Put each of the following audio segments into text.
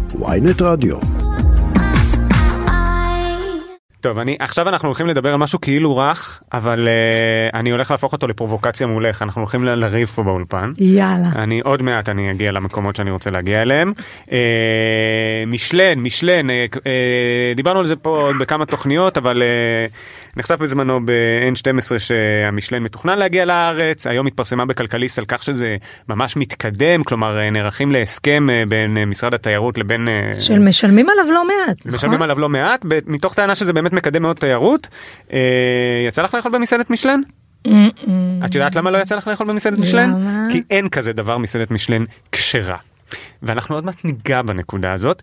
ynet רדיו. טוב, עכשיו אנחנו הולכים לדבר על משהו כאילו רך, אבל אני הולך להפוך אותו לפרובוקציה מולך. אנחנו הולכים לריב פה באולפן. יאללה. עוד מעט אני אגיע למקומות שאני רוצה להגיע אליהם. משלן, דיברנו על זה פה בכמה תוכניות, אבל נחשף בזמנו ב-N12 שהמשלן מתוכנן להגיע לארץ. היום התפרסמה בכלכליסט על כך שזה ממש מתקדם, כלומר נערכים להסכם בין משרד התיירות לבין... של משלמים עליו לא מעט, נכון? משלמים עליו לא מעט, מתוך טענה שזה באמת מקדם מאוד תיירות. יצא לך לאכול במסעדת משלן? את יודעת למה לא יצא לך לאכול במסעדת משלן? כי אין כזה דבר מסעדת משלן כשרה. ואנחנו עוד מעט ניגע בנקודה הזאת.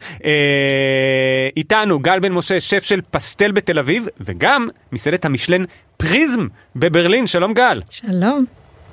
איתנו גל בן משה, שף של פסטל בתל אביב, וגם מסעדת המשלן פריזם בברלין. שלום גל. שלום.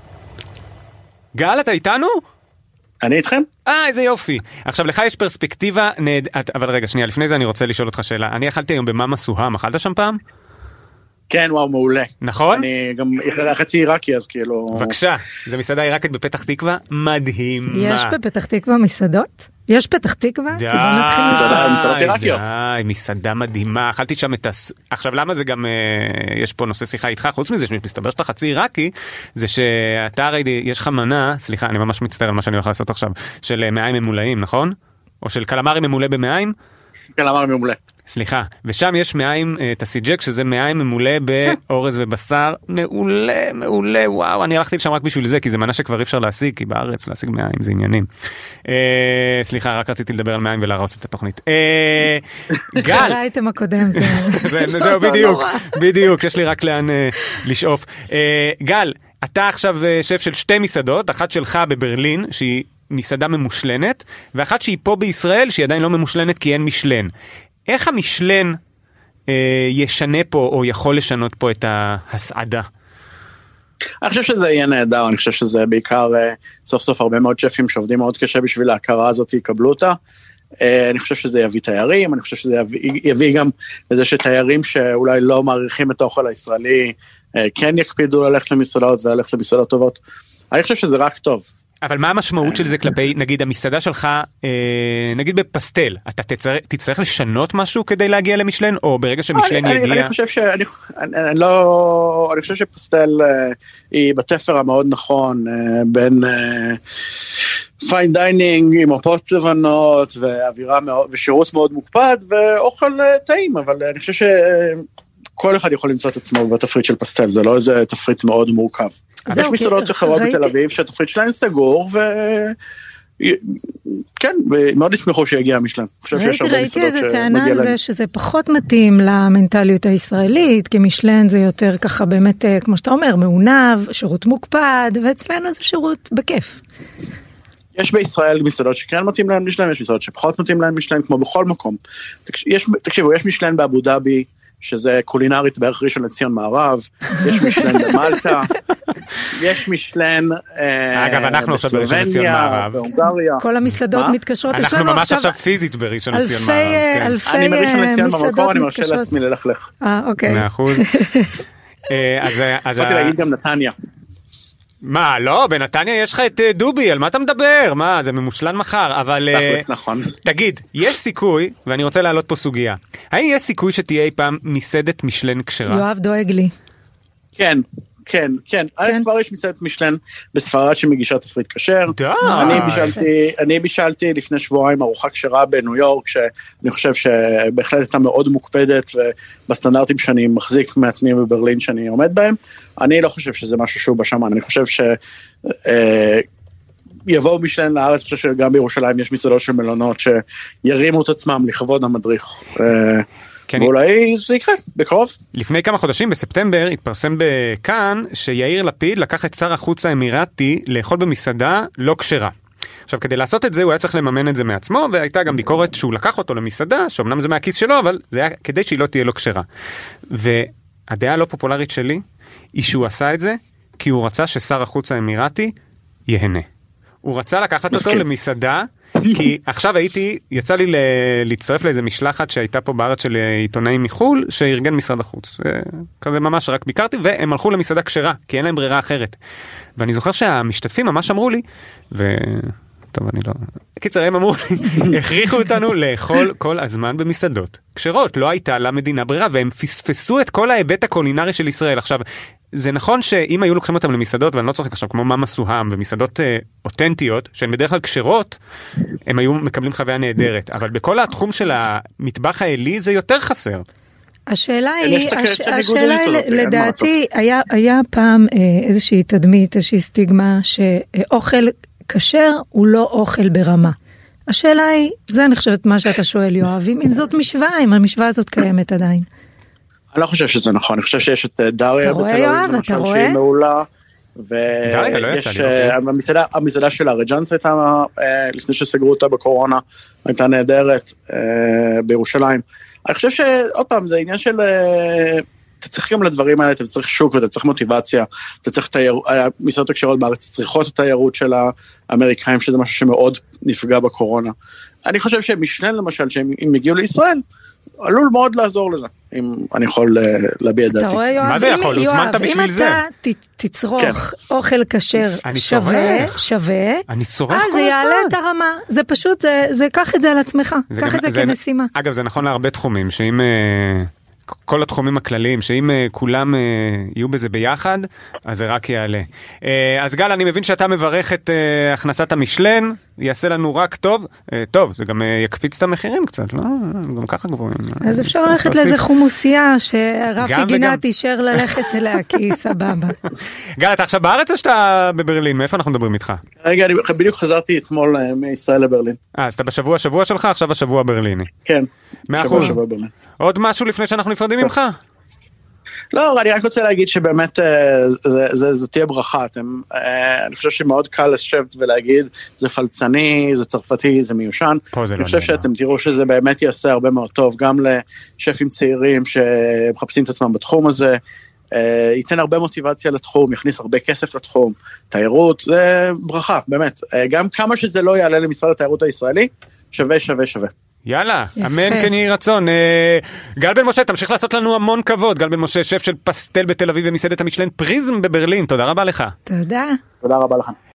גל, אתה איתנו? אני איתכם? איזה יופי. עכשיו, לך יש פרספקטיבה אבל רגע, שנייה, לפני זה אני רוצה לשאול אותך שאלה. אני אכלתי היום במאמה סוהם, אכלת שם פעם? כן, וואו, מעולה. נכון? אני גם חצי עיראקי, אז כאילו... בבקשה, זה מסעדה עיראקית בפתח תקווה, מדהימה. יש בפתח תקווה מסעדות? יש פתח תקווה? די, מסעדות עיראקיות. די, מסעדה מדהימה. אכלתי שם עכשיו, למה זה גם, יש פה נושא שיחה איתך, חוץ מזה שמסתבר שאתה חצי עיראקי, זה שאתה הרי, יש לך מנה, סליחה, אני ממש מצטער על מה שאני הולך לעשות עכשיו, של מעיים ממולאים, נכון? או של קלמרי ממולא במעיים? קלמרי ממולא. סליחה, ושם יש מעיים תסיג'ק, שזה מעיים ממולא באורז ובשר, מעולה, מעולה, וואו, אני הלכתי לשם רק בשביל זה, כי זה מנה שכבר אי אפשר להשיג, כי בארץ להשיג מעיים זה עניינים. סליחה, רק רציתי לדבר על מעיים ולהרוס את התוכנית. גל! ראיתם הקודם, זהו, בדיוק, יש לי רק לאן לשאוף. גל, אתה עכשיו שף של שתי מסעדות, אחת שלך בברלין, שהיא מסעדה ממושלנת, ואחת שהיא פה בישראל, שהיא עדיין לא ממושלנת כי אין משלן. איך המשלן ישנה פה, או יכול לשנות פה את ההסעדה? אני חושב שזה יהיה נהדר, אני חושב שזה בעיקר סוף סוף הרבה מאוד שפים שעובדים מאוד קשה בשביל ההכרה הזאת יקבלו אותה. אני חושב שזה יביא תיירים, אני חושב שזה יביא גם לזה שתיירים שאולי לא מעריכים את האוכל הישראלי, כן יקפידו ללכת למסעדות וללכת למסעדות טובות. אני חושב שזה רק טוב. אבל מה המשמעות של זה כלפי, נגיד, המסעדה שלך, נגיד בפסטל, אתה תצטרך לשנות משהו כדי להגיע למשלן, או ברגע שמשלן יגיע? אני חושב שפסטל היא בתפר המאוד נכון, בין פיין דיינינג עם מפות לבנות, ושירות מאוד מוקפד, ואוכל טעים, אבל אני חושב שכל אחד יכול למצוא את עצמו בתפריט של פסטל, זה לא איזה תפריט מאוד מורכב. יש מסעדות אחרות בתל אביב שהתפריט שלהן סגור, וכן, ומאוד ישמחו שיגיע המשלן. ראיתי איזה טענה על זה שזה פחות מתאים למנטליות הישראלית, כי משלן זה יותר ככה באמת, כמו שאתה אומר, מעונב, שירות מוקפד, ואצלנו זה שירות בכיף. יש בישראל מסעדות שכן מתאים להם משלן, יש מסעדות שפחות מתאים להם משלן, כמו בכל מקום. תקשיבו, יש משלן באבו דאבי, שזה קולינרית בערך ראשון לציון מערב, יש משלן במלטה, יש משלן בסלובניה, בהונגריה. כל המסעדות מתקשרות, אנחנו ממש עכשיו פיזית בראשון לציון מערב. אני מראשון לציון במקור, אני מרשה לעצמי ללכלך. אוקיי. 100%. יכולתי להגיד גם נתניה. מה, לא, בנתניה יש לך את דובי, על מה אתה מדבר? מה, זה ממושלן מחר, אבל... נכון. תגיד, יש סיכוי, ואני רוצה להעלות פה סוגיה, האם יש סיכוי שתהיה אי פעם מסעדת משלן כשרה? יואב דואג לי. כן. כבר יש מסעדת משלן בספרד שמגישה תפריט כשר. אני בישלתי לפני שבועיים ארוחה כשרה בניו יורק, שאני חושב שבהחלט הייתה מאוד מוקפדת, ובסטנדרטים שאני מחזיק מעצמי בברלין שאני עומד בהם, אני לא חושב שזה משהו שהוא בשמן, אני חושב יבואו משלן לארץ, אני חושב שגם בירושלים יש מסעדות של מלונות שירימו את עצמם לכבוד המדריך. ואולי זה יקרה, בקרוב. לפני כמה חודשים, בספטמבר, התפרסם בכאן שיאיר לפיד לקח את שר החוץ האמירתי לאכול במסעדה לא כשרה. עכשיו, כדי לעשות את זה, הוא היה צריך לממן את זה מעצמו, והייתה גם ביקורת שהוא לקח אותו למסעדה, שאומנם זה מהכיס שלו, אבל זה היה כדי שהיא לא תהיה לא כשרה. והדעה הלא פופולרית שלי, היא שהוא עשה את זה, כי הוא רצה ששר החוץ האמירתי יהנה. הוא רצה לקחת אותו למסעדה, כי עכשיו יצא לי להצטרף לאיזה משלחת שהייתה פה בארץ של עיתונאים מחול, שארגן משרד החוץ. כזה ממש רק ביקרתי, והם הלכו למסעדה כשרה, כי אין להם ברירה אחרת. ואני זוכר שהמשתתפים ממש אמרו לי, טוב, אני לא... קיצר, הם אמרו, הכריחו אותנו לאכול כל הזמן במסעדות כשרות, לא הייתה לה מדינה ברירה, והם פספסו את כל ההיבט הקולינרי של ישראל. עכשיו, זה נכון שאם היו לוקחים אותם למסעדות, ואני לא צוחק עכשיו, כמו מאמה סוהם, ומסעדות אותנטיות, שהן בדרך כלל כשרות, הם היו מקבלים חוויה נהדרת, אבל בכל התחום של המטבח האלי זה יותר חסר. השאלה היא, לדעתי, היה פעם איזושהי תדמית, איזושהי סטיגמה, שאוכל כשר הוא לא אוכל ברמה. השאלה היא, זה אני חושבת מה שאתה שואל, יואב, אם זאת משוואה, אם המשוואה הזאת קיימת עדיין. אני לא חושב שזה נכון, אני חושב שיש את דריה בתל אביב, למשל שהיא מעולה, ויש המסעדה של הרג'אנס הייתה, לפני שסגרו אותה בקורונה, הייתה נהדרת בירושלים. אני חושב שעוד פעם, זה עניין של, אתה צריך גם לדברים האלה, אתה צריך שוק ואתה צריך מוטיבציה, אתה צריך מסעדות הקשרות בארץ, צריכות את התיירות של האמריקאים, שזה משהו שמאוד נפגע בקורונה. אני חושב שמשלן למשל, שאם הגיעו לישראל, עלול מאוד לעזור לזה, אם אני יכול להביע את דעתי. מה זה יכול? הוזמנת בשביל זה. אם אתה תצרוך אוכל כשר שווה, אז זה יעלה את הרמה. זה פשוט, זה קח את זה על עצמך, קח את זה כמשימה. אגב, זה נכון להרבה תחומים, שאם... כל התחומים הכלליים, שאם כולם יהיו בזה ביחד, אז זה רק יעלה. אז גל, אני מבין שאתה מברך את הכנסת המשלן, יעשה לנו רק טוב. טוב, זה גם יקפיץ את המחירים קצת, לא? גם ככה גבוהים. אז אפשר ללכת לאיזה חומוסייה, שרפי גינת אישר ללכת אליה, כי סבבה. גל, אתה עכשיו בארץ או שאתה בברלין? מאיפה אנחנו מדברים איתך? רגע, אני בדיוק חזרתי אתמול מישראל לברלין. אז אתה שבוע שלך, עכשיו השבוע ברליני. כן, שבוע ברלין. עוד משהו לפני שאנחנו נפרדים ממך? לא, אני רק רוצה להגיד שבאמת זו תהיה ברכה. אני חושב שמאוד קל לשבת ולהגיד, זה פלצני, זה צרפתי, זה מיושן. אני חושב שאתם תראו שזה באמת יעשה הרבה מאוד טוב, גם לשפים צעירים שמחפשים את עצמם בתחום הזה, ייתן הרבה מוטיבציה לתחום, יכניס הרבה כסף לתחום, תיירות, זה ברכה, באמת. גם כמה שזה לא יעלה למשרד התיירות הישראלי, שווה. יאללה, אמן כן יהי רצון. גל בן משה, תמשיך לעשות לנו המון כבוד. גל בן משה, שף של פסטל בתל אביב ומסעדת המשלן פריזם בברלין. תודה רבה לך. תודה. תודה רבה לך.